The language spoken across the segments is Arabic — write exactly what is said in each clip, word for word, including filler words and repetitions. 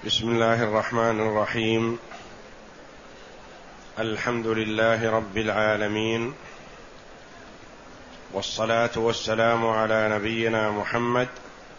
بسم الله الرحمن الرحيم. الحمد لله رب العالمين، والصلاة والسلام على نبينا محمد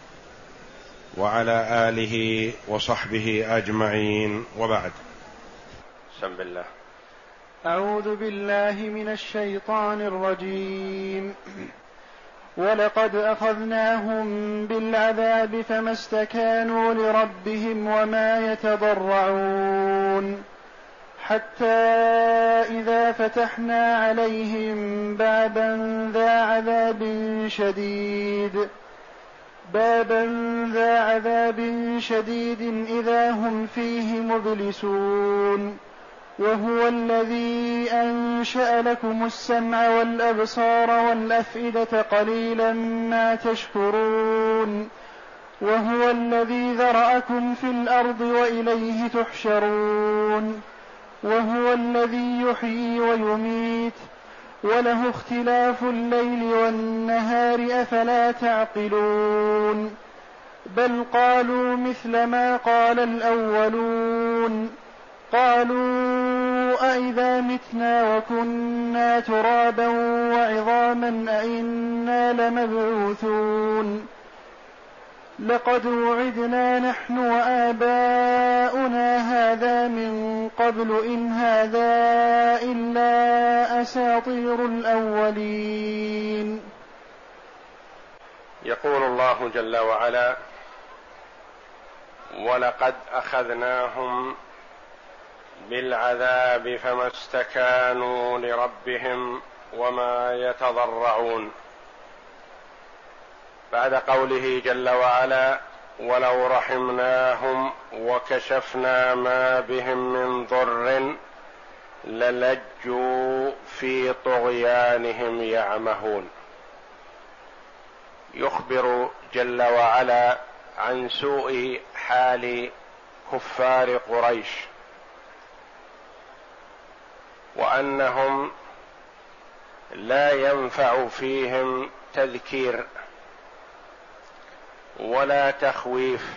وعلى آله وصحبه أجمعين، وبعد. بسم الله. أعوذ بالله من الشيطان الرجيم. ولقد أخذناهم بالعذاب فما استكانوا لربهم وما يتضرعون حتى إذا فتحنا عليهم بابا ذا عذاب شديد بابا ذا عذاب شديد إذا هم فيه مبلسون وهو الذي أنشأ لكم السمع والأبصار والأفئدة قليلا ما تشكرون وهو الذي ذرأكم في الأرض وإليه تحشرون وهو الذي يحيي ويميت وله اختلاف الليل والنهار أفلا تعقلون بل قالوا مثل ما قال الأولون قالوا أئذا متنا وكنا ترابا وعظاما أئنا لمبعوثون لقد وعدنا نحن وآباؤنا هذا من قبل إن هذا إلا أساطير الأولين. يقول الله جل وعلا: ولقد أخذناهم بالعذاب فما استكانوا لربهم وما يتضرعون، بعد قوله جل وعلا: ولو رحمناهم وكشفنا ما بهم من ضر للجوا في طغيانهم يعمهون. يخبر جل وعلا عن سوء حال كفار قريش، وأنهم لا ينفع فيهم تذكير ولا تخويف،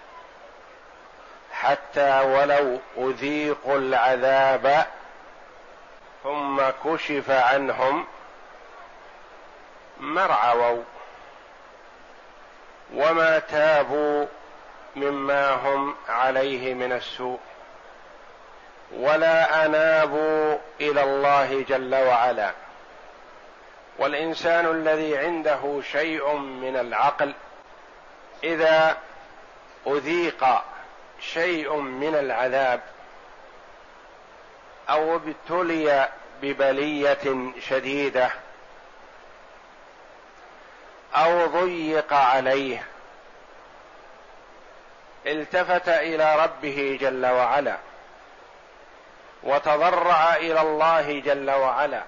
حتى ولو أذيقوا العذاب ثم كشف عنهم ما ارعوا وما تابوا مما هم عليه من السوء، ولا أنابوا إلى الله جل وعلا. والإنسان الذي عنده شيء من العقل إذا أذيق شيء من العذاب أو ابتلي ببلية شديدة أو ضيق عليه التفت إلى ربه جل وعلا وتضرع إلى الله جل وعلا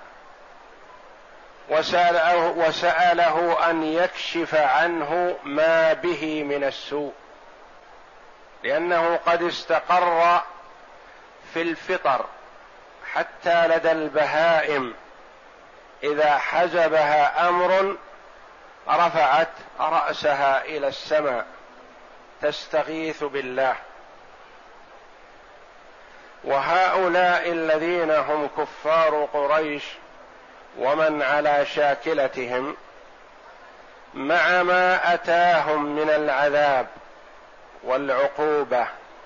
وسأله, وسأله أن يكشف عنه ما به من السوء، لأنه قد استقر في الفطر حتى لدى البهائم إذا حزبها أمر رفعت رأسها إلى السماء تستغيث بالله. وهؤلاء الذين هم كفار قريش ومن على شاكلتهم مع ما أتاهم من العذاب والعقوبة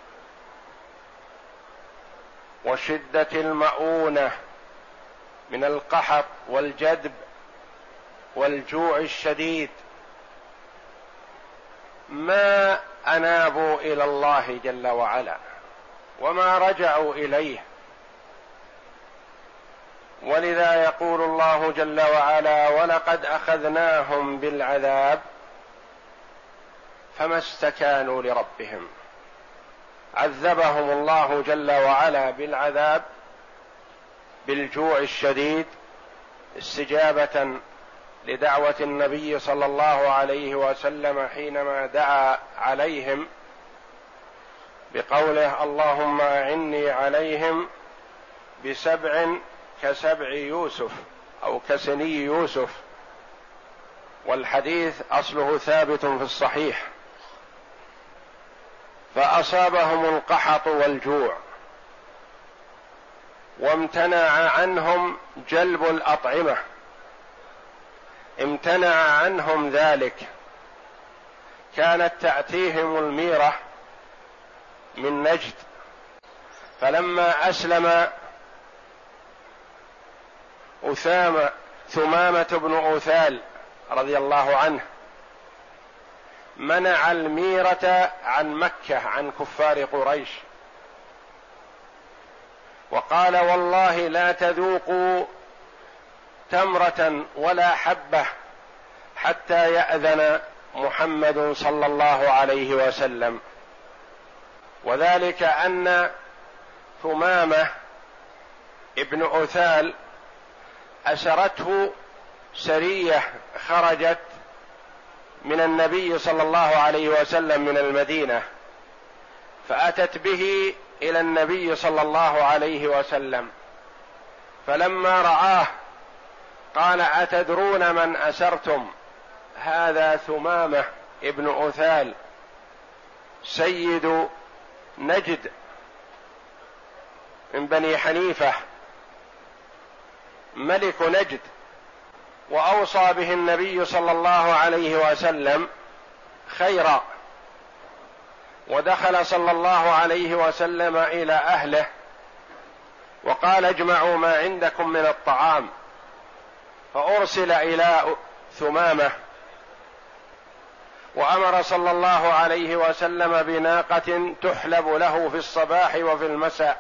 وشدة المؤونة من القحط والجدب والجوع الشديد ما أنابوا إلى الله جل وعلا وما رجعوا إليه. ولذا يقول الله جل وعلا: ولقد أخذناهم بالعذاب فما استكانوا لربهم. عذبهم الله جل وعلا بالعذاب بالجوع الشديد استجابة لدعوة النبي صلى الله عليه وسلم حينما دعا عليهم بقوله: اللهم أعني عليهم بسبع كسبع يوسف أو كسني يوسف. والحديث أصله ثابت في الصحيح. فأصابهم القحط والجوع، وامتنع عنهم جلب الأطعمة، امتنع عنهم ذلك. كانت تأتيهم الميرة من نجد، فلما أسلم أثامة ثمامة بن أوثال رضي الله عنه منع الميرة عن مكة عن كفار قريش، وقال: والله لا تذوقوا تمرة ولا حبة حتى يأذن محمد صلى الله عليه وسلم. وذلك أن ثمامة ابن أوثال أسرته سرية خرجت من النبي صلى الله عليه وسلم من المدينة، فأتت به إلى النبي صلى الله عليه وسلم، فلما رآه قال: أتدرون من أسرتم؟ هذا ثمامة ابن أوثال سيد نجد من بني حنيفة، ملك نجد، وأوصى به النبي صلى الله عليه وسلم خيرا. ودخل صلى الله عليه وسلم إلى أهله وقال: اجمعوا ما عندكم من الطعام، فأرسل إلى ثمامة، وأمر صلى الله عليه وسلم بناقة تحلب له في الصباح وفي المساء.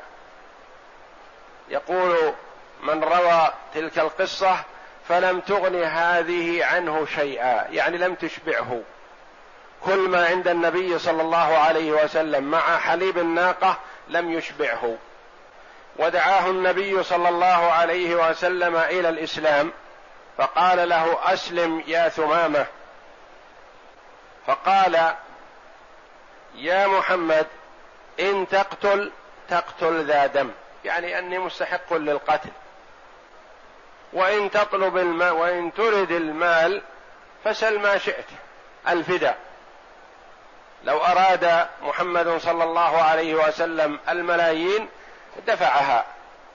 يقول من روى تلك القصة: فلم تغن هذه عنه شيئا، يعني لم تشبعه، كل ما عند النبي صلى الله عليه وسلم مع حليب الناقة لم يشبعه. ودعاه النبي صلى الله عليه وسلم إلى الإسلام، فقال له: أسلم يا ثمامة. فقال: يا محمد إن تقتل تقتل ذا دم، يعني أني مستحق للقتل، وإن تطلب الماء وإن ترد المال فسل ما شئت، الفداء. لو أراد محمد صلى الله عليه وسلم الملايين دفعها،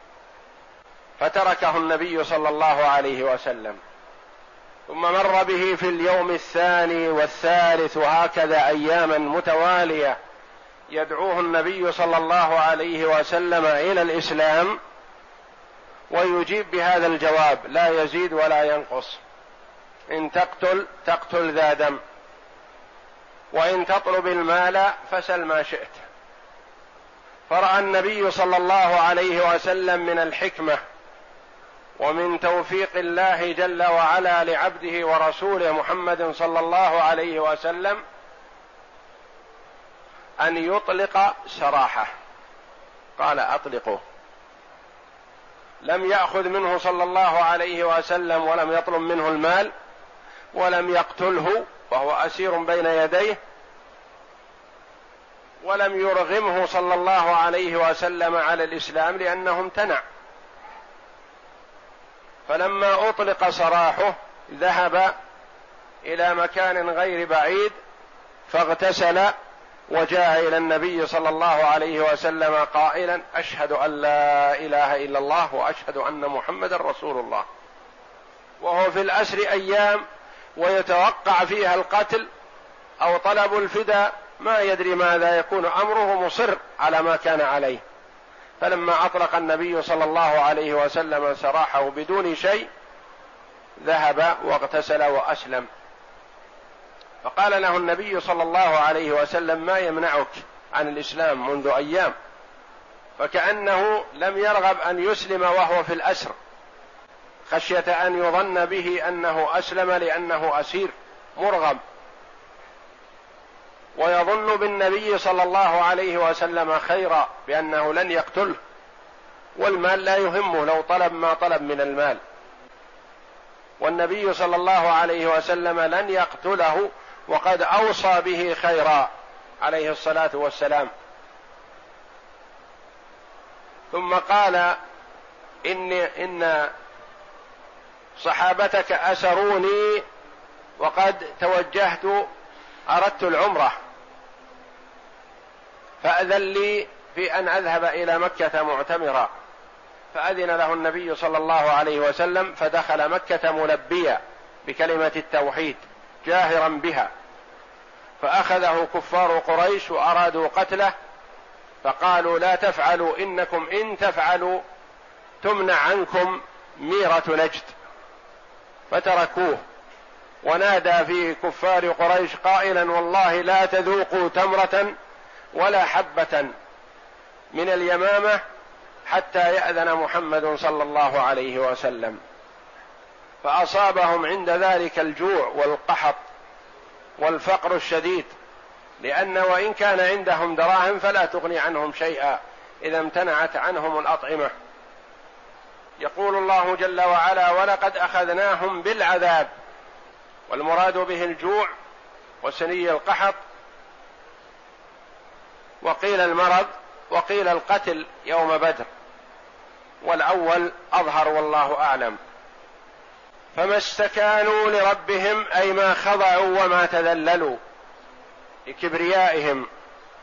فتركه النبي صلى الله عليه وسلم. ثم مر به في اليوم الثاني والثالث، وهكذا أياما متوالية يدعوه النبي صلى الله عليه وسلم إلى الإسلام، ويجيب بهذا الجواب: لا يزيد ولا ينقص، إن تقتل تقتل ذا دم، وإن تطلب المال فسل ما شئت. فرأى النبي صلى الله عليه وسلم من الحكمة ومن توفيق الله جل وعلا لعبده ورسوله محمد صلى الله عليه وسلم أن يطلق سراحه، قال: أطلقه. لم يأخذ منه صلى الله عليه وسلم ولم يطلب منه المال ولم يقتله وهو أسير بين يديه، ولم يرغمه صلى الله عليه وسلم على الإسلام لأنه امتنع. فلما أطلق سراحه ذهب إلى مكان غير بعيد فاغتسل وجاء إلى النبي صلى الله عليه وسلم قائلا: أشهد أن لا إله إلا الله وأشهد أن محمد رسول الله. وهو في الأسر أيام ويتوقع فيها القتل أو طلب الفداء، ما يدري ماذا يكون أمره، مصر على ما كان عليه. فلما أطلق النبي صلى الله عليه وسلم سراحه بدون شيء ذهب واغتسل وأسلم. فقال له النبي صلى الله عليه وسلم: ما يمنعك عن الإسلام منذ أيام؟ فكأنه لم يرغب أن يسلم وهو في الأسر، خشية أن يظن به أنه أسلم لأنه أسير مرغم، ويظن بالنبي صلى الله عليه وسلم خيرا بأنه لن يقتله، والمال لا يهمه لو طلب ما طلب من المال، والنبي صلى الله عليه وسلم لن يقتله وقد أوصى به خيرا عليه الصلاة والسلام. ثم قال: إن إن صحابتك أسروني وقد توجهت، أردت العمرة، فأذن لي في أن أذهب إلى مكة معتمرا، فأذن له النبي صلى الله عليه وسلم، فدخل مكة ملبيا بكلمة التوحيد جاهرا بها، فأخذه كفار قريش وأرادوا قتله، فقالوا لا تفعلوا إنكم إن تفعلوا تمنع عنكم ميرة نجد، فتركوه. ونادى في كفار قريش قائلا والله لا تذوقوا تمرة ولا حبة من اليمامة حتى يأذن محمد صلى الله عليه وسلم. فأصابهم عند ذلك الجوع والقحط والفقر الشديد، لأن وإن كان عندهم دراهم فلا تغني عنهم شيئا إذا امتنعت عنهم الأطعمة. يقول الله جل وعلا ولقد أخذناهم بالعذاب، والمراد به الجوع وسني القحط، وقيل المرض، وقيل القتل يوم بدر، والأول أظهر والله أعلم. فما استكانوا لربهم أي ما خضعوا وما تذللوا لكبريائهم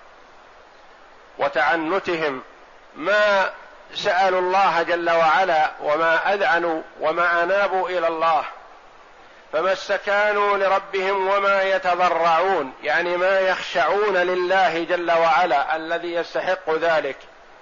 وتعنتهم، ما سألوا الله جل وعلا وما أذعنوا وما أنابوا إلى الله. فما استكانوا لربهم وما يتضرعون، يعني ما يخشعون لله جل وعلا الذي يستحق ذلك،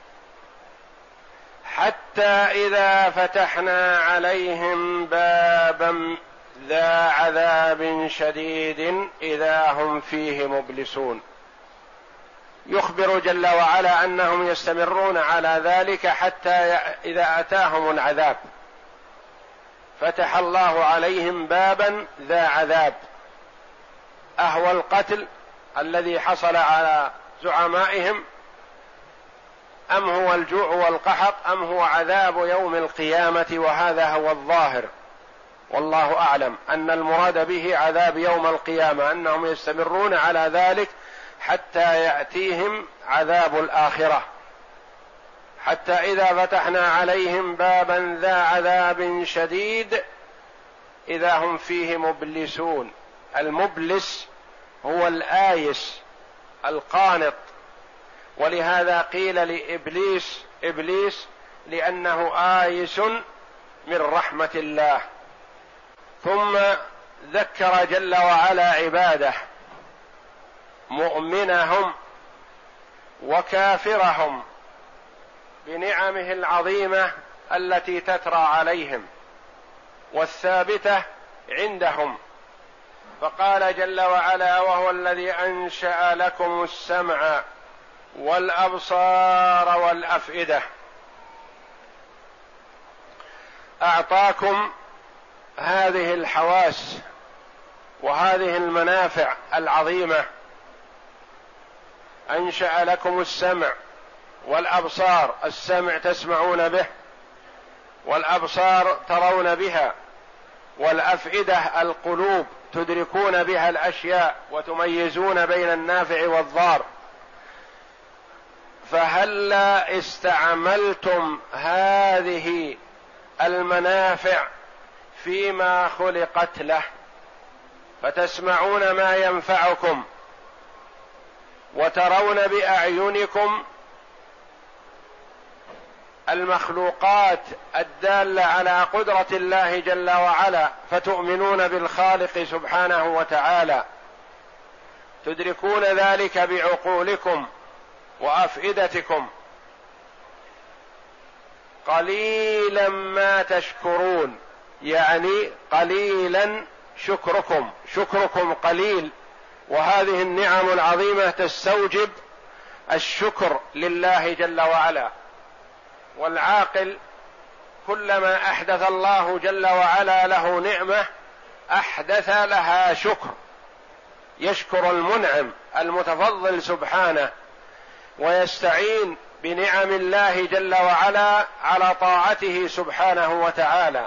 حتى إذا فتحنا عليهم بابا ذا عذاب شديد إذا هم فيه مبلسون. يخبر جل وعلا أنهم يستمرون على ذلك حتى إذا أتاهم العذاب فتح الله عليهم بابا ذا عذاب، أهو القتل الذي حصل على زعمائهم، أم هو الجوع والقحط، أم هو عذاب يوم القيامة، وهذا هو الظاهر والله أعلم أن المراد به عذاب يوم القيامة، أنهم يستمرون على ذلك حتى يأتيهم عذاب الآخرة. حتى إذا فتحنا عليهم بابا ذا عذاب شديد إذا هم فيه مبلسون. المبلس هو الآيس القانط، ولهذا قيل لإبليس إبليس لأنه آيس من رحمة الله. ثم ذكر جل وعلا عباده مؤمنهم وكافرهم بنعمه العظيمة التي تترى عليهم والثابتة عندهم، فقال جل وعلا وهو الذي أنشأ لكم السمع والأبصار والأفئدة، أعطاكم هذه الحواس وهذه المنافع العظيمة. أنشأ لكم السمع والأبصار، السمع تسمعون به، والأبصار ترون بها، والأفئدة القلوب تدركون بها الأشياء وتميزون بين النافع والضار. فهلا استعملتم هذه المنافع فيما خلقت له، فتسمعون ما ينفعكم وترون بأعينكم المخلوقات الدالة على قدرة الله جل وعلا، فتؤمنون بالخالق سبحانه وتعالى، تدركون ذلك بعقولكم وأفئدتكم. قليلا ما تشكرون، يعني قليلا شكركم، شكركم قليل، وهذه النعم العظيمة تستوجب الشكر لله جل وعلا. والعاقل كلما أحدث الله جل وعلا له نعمة أحدث لها شكر، يشكر المنعم المتفضل سبحانه، ويستعين بنعم الله جل وعلا على طاعته سبحانه وتعالى.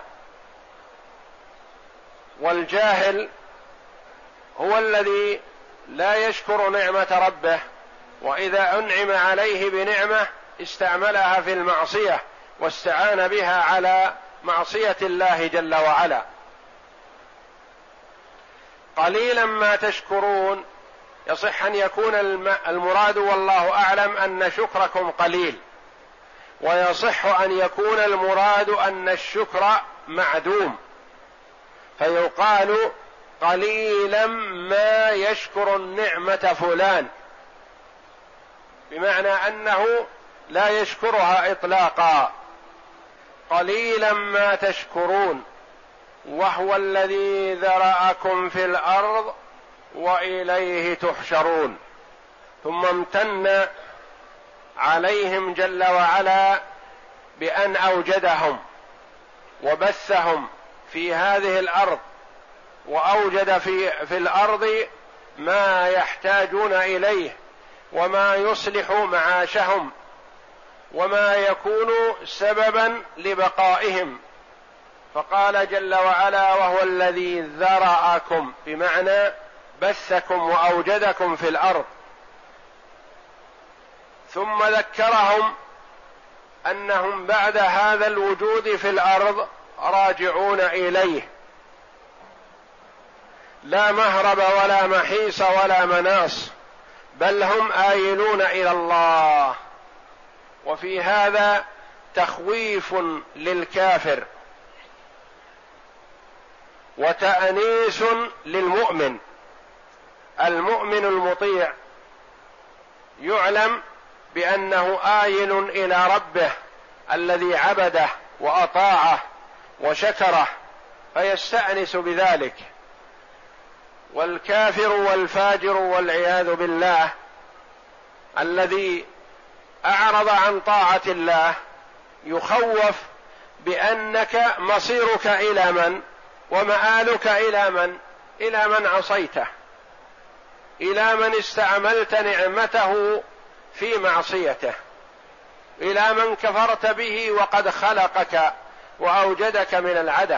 والجاهل هو الذي لا يشكر نعمة ربه، وإذا أنعم عليه بنعمة استعملها في المعصية واستعان بها على معصية الله جل وعلا. قليلا ما تشكرون، يصح أن يكون المراد والله أعلم أن شكركم قليل، ويصح أن يكون المراد أن الشكر معدوم، فيقال قليلا ما يشكر النعمة فلان، بمعنى أنه لا يشكرها إطلاقا، قليلا ما تشكرون وهو الذي ذرأكم في الأرض وإليه تحشرون. ثم امتن عليهم جل وعلا بأن أوجدهم وبثهم في هذه الأرض، وأوجد في, في الأرض ما يحتاجون إليه وما يصلح معاشهم وما يكون سببا لبقائهم، فقال جل وعلا وهو الذي ذرأكم، بمعنى بثكم وأوجدكم في الأرض. ثم ذكرهم أنهم بعد هذا الوجود في الأرض راجعون إليه، لا مهرب ولا محيص ولا مناص، بل هم آيلون إلى الله. وفي هذا تخويف للكافر وتأنيس للمؤمن. المؤمن المطيع يعلم بأنه آيل إلى ربه الذي عبده وأطاعه وشكره، فيستأنس بذلك. والكافر والفاجر والعياذ بالله الذي أعرض عن طاعة الله يخوف بأنك مصيرك إلى من ومآلك إلى من إلى من عصيته، إلى من استعملت نعمته في معصيته، إلى من كفرت به وقد خلقك وأوجدك من العدم.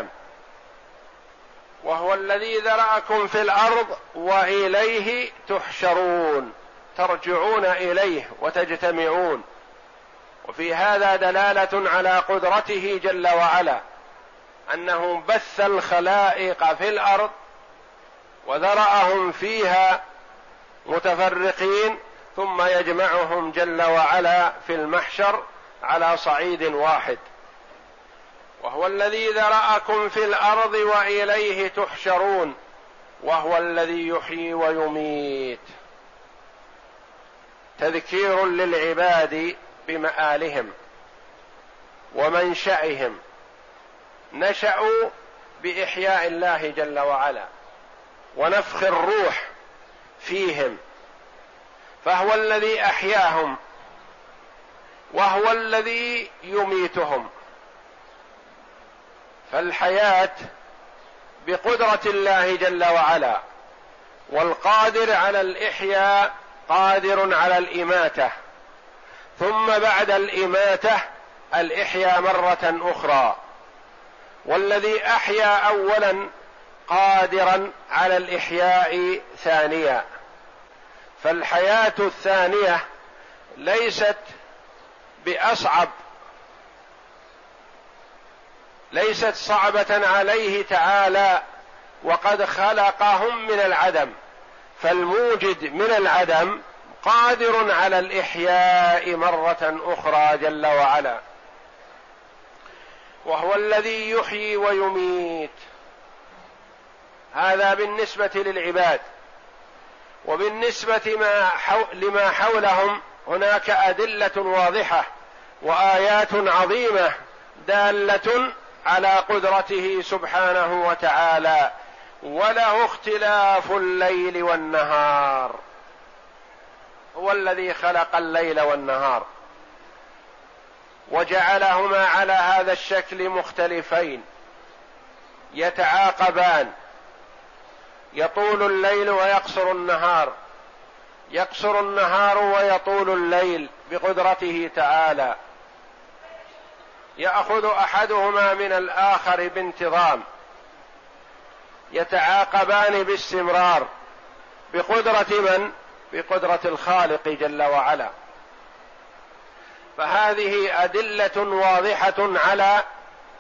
وهو الذي ذرأكم في الأرض وإليه تحشرون، ترجعون إليه وتجتمعون. وفي هذا دلالة على قدرته جل وعلا، أنه بث الخلائق في الأرض وذرأهم فيها متفرقين، ثم يجمعهم جل وعلا في المحشر على صعيد واحد. وهو الذي ذرأكم في الأرض وإليه تحشرون، وهو الذي يحيي ويميت. تذكير للعباد بمآلهم ومنشأهم، نشأوا بإحياء الله جل وعلا ونفخ الروح فيهم، فهو الذي أحياهم وهو الذي يميتهم. فالحياة بقدرة الله جل وعلا، والقادر على الإحياء قادر على الإماتة، ثم بعد الإماتة الإحياء مرة أخرى. والذي أحيا أولا قادرا على الإحياء ثانيا. فالحياة الثانية ليست بأصعب، ليست صعبة عليه تعالى، وقد خلقهم من العدم، فالموجد من العدم قادر على الإحياء مرة أخرى جل وعلا. وهو الذي يحيي ويميت. هذا بالنسبة للعباد. وبالنسبة ما حو... لما حولهم هناك أدلة واضحة وآيات عظيمة دالة على قدرته سبحانه وتعالى. وله اختلاف الليل والنهار. هو الذي خلق الليل والنهار وجعلهما على هذا الشكل مختلفين يتعاقبان، يطول الليل ويقصر النهار، يقصر النهار ويطول الليل بقدرته تعالى. يأخذ أحدهما من الآخر بانتظام، يتعاقبان باستمرار بقدرة من؟ بقدرة الخالق جل وعلا. فهذه أدلة واضحة على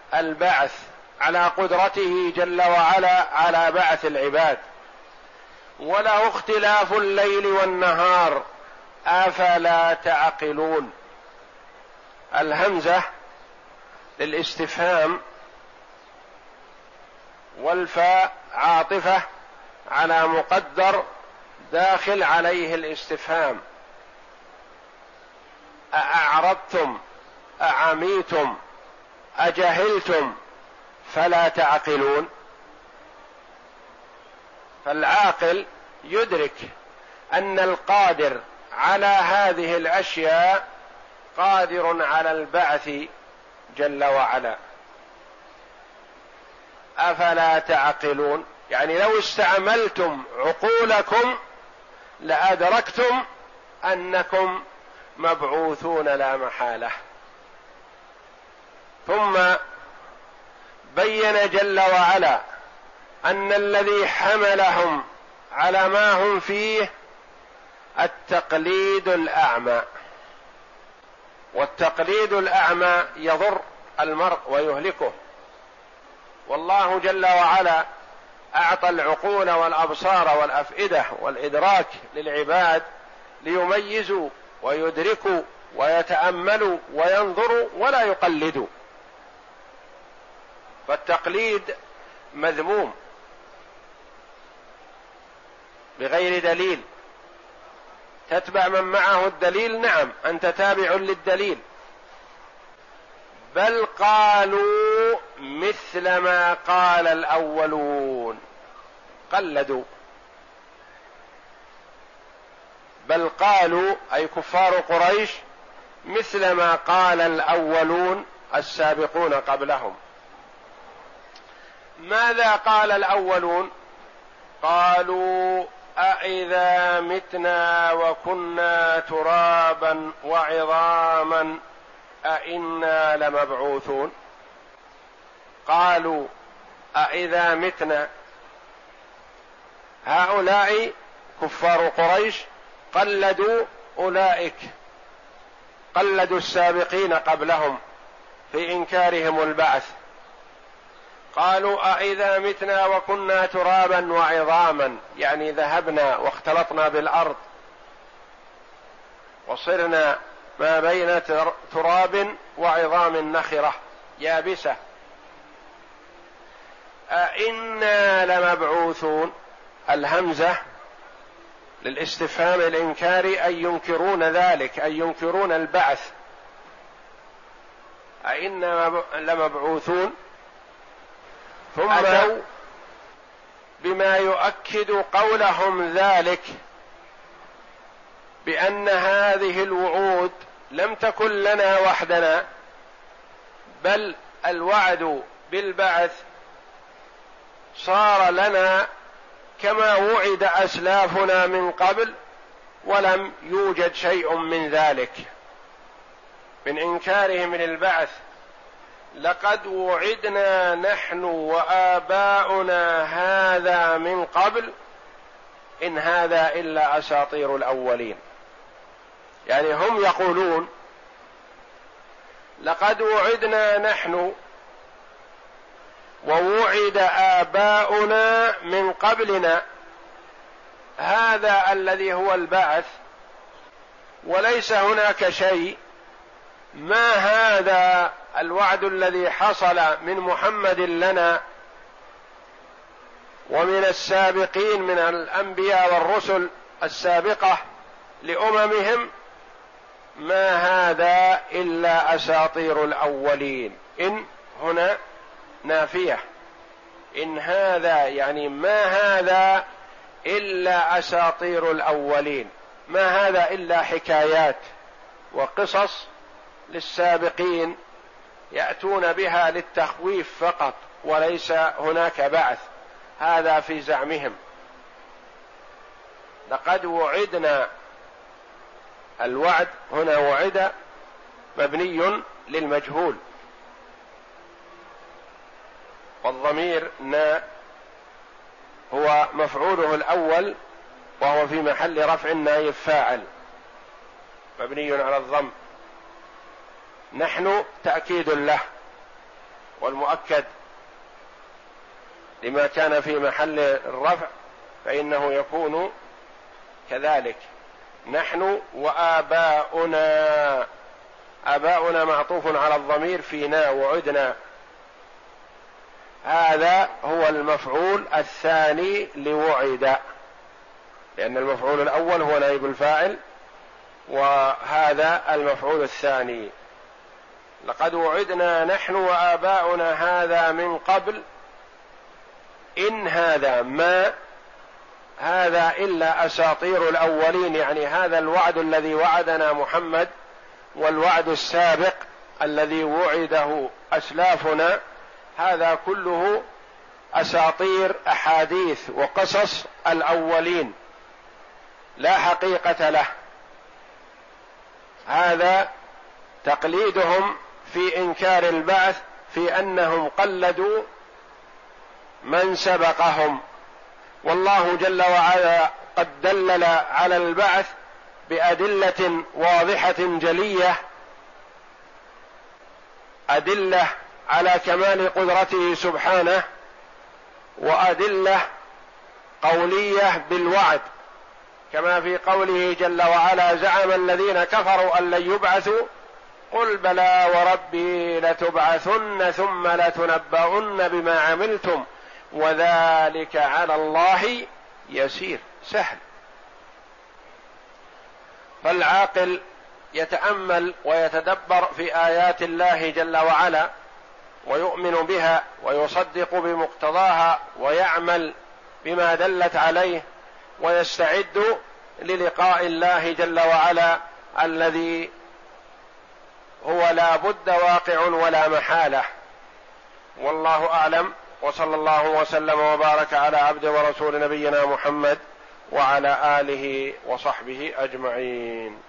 البعث، على قدرته جل وعلا على بعث العباد. وله اختلاف الليل والنهار أفلا تعقلون. الهمزة للاستفهام، والفاء عاطفة على مقدر داخل عليه الاستفهام. أأعرضتم أعميتم أجهلتم فلا تعقلون. فالعاقل يدرك أن القادر على هذه الأشياء قادر على البعث جل وعلا. أفلا تعقلون، يعني لو استعملتم عقولكم لأدركتم أنكم مبعوثون لا محالة. ثم بين جل وعلا أن الذي حملهم على ما هم فيه التقليد الأعمى، والتقليد الأعمى يضر المرء ويهلكه، والله جل وعلا أعطى العقول والأبصار والأفئدة والإدراك للعباد ليميزوا ويدركوا ويتأملوا وينظروا ولا يقلدوا. فالتقليد مذموم بغير دليل. تتبع من معه الدليل، نعم أنت تابع للدليل، بل قالوا مثل ما قال الأولون، قلدوا. بل قالوا أي كفار قريش مثل ما قال الأولون السابقون قبلهم. ماذا قال الأولون؟ قالوا أإذا متنا وكنا ترابا وعظاما أإنا لمبعوثون. قالوا أإذا متنا، هؤلاء كفار قريش قلدوا أولئك، قلدوا السابقين قبلهم في إنكارهم البعث. قالوا أإذا متنا وكنا ترابا وعظاما، يعني ذهبنا واختلطنا بالأرض وصرنا ما بين تراب وعظام نخرة يابسة، أإنا لمبعوثون. الهمزة للاستفهام الإنكاري أي ينكرون ذلك، أي ينكرون البعث. أإنا لمبعوثون. ثم أتوا بما يؤكد قولهم ذلك بأن هذه الوعود لم تكن لنا وحدنا، بل الوعد بالبعث صار لنا كما وعد أسلافنا من قبل، ولم يوجد شيء من ذلك من إنكارهم للبعث. لقد وعدنا نحن وآباؤنا هذا من قبل إن هذا إلا أساطير الأولين. يعني هم يقولون لقد وعدنا نحن ووعد آباؤنا من قبلنا هذا الذي هو البعث، وليس هناك شيء. ما هذا الوعد الذي حصل من محمد لنا ومن السابقين من الأنبياء والرسل السابقة لأممهم، ما هذا إلا أساطير الأولين. إن هنا نافية، إن هذا يعني ما هذا إلا أساطير الأولين، ما هذا إلا حكايات وقصص للسابقين يأتون بها للتخويف فقط، وليس هناك بعث. هذا في زعمهم. لقد وعدنا، الوعد هنا وعد مبني للمجهول، والضمير نا هو مفعوله الأول وهو في محل رفع نائب فاعل مبني على الضم. نحن تأكيد له، والمؤكد لما كان في محل الرفع فإنه يكون كذلك. نحن وآباؤنا، آباؤنا معطوف على الضمير فينا وعدنا، هذا هو المفعول الثاني لوعد، لأن المفعول الأول هو نائب الفاعل، وهذا المفعول الثاني. لقد وعدنا نحن وآباؤنا هذا من قبل، إن هذا ما هذا إلا أساطير الأولين، يعني هذا الوعد الذي وعدنا محمد والوعد السابق الذي وعده أسلافنا، هذا كله أساطير أحاديث وقصص الأولين لا حقيقة له. هذا تقليدهم في إنكار البعث، في أنهم قلدوا من سبقهم، والله جل وعلا قد دلل على البعث بأدلة واضحة جلية، أدلة على كمال قدرته سبحانه، وأدلة قولية بالوعد، كما في قوله جل وعلا: زعم الذين كفروا أن لن يبعثوا قل بلى وربي لتبعثن ثم لتنبؤن بما عملتم وذلك على الله يسير، سهل. فالعاقل يتأمل ويتدبر في آيات الله جل وعلا ويؤمن بها ويصدق بمقتضاها ويعمل بما دلت عليه، ويستعد للقاء الله جل وعلا الذي هو لا بد واقع ولا محالة. والله أعلم، وصلى الله وسلم وبارك على عبد ورسول نبينا محمد وعلى آله وصحبه أجمعين.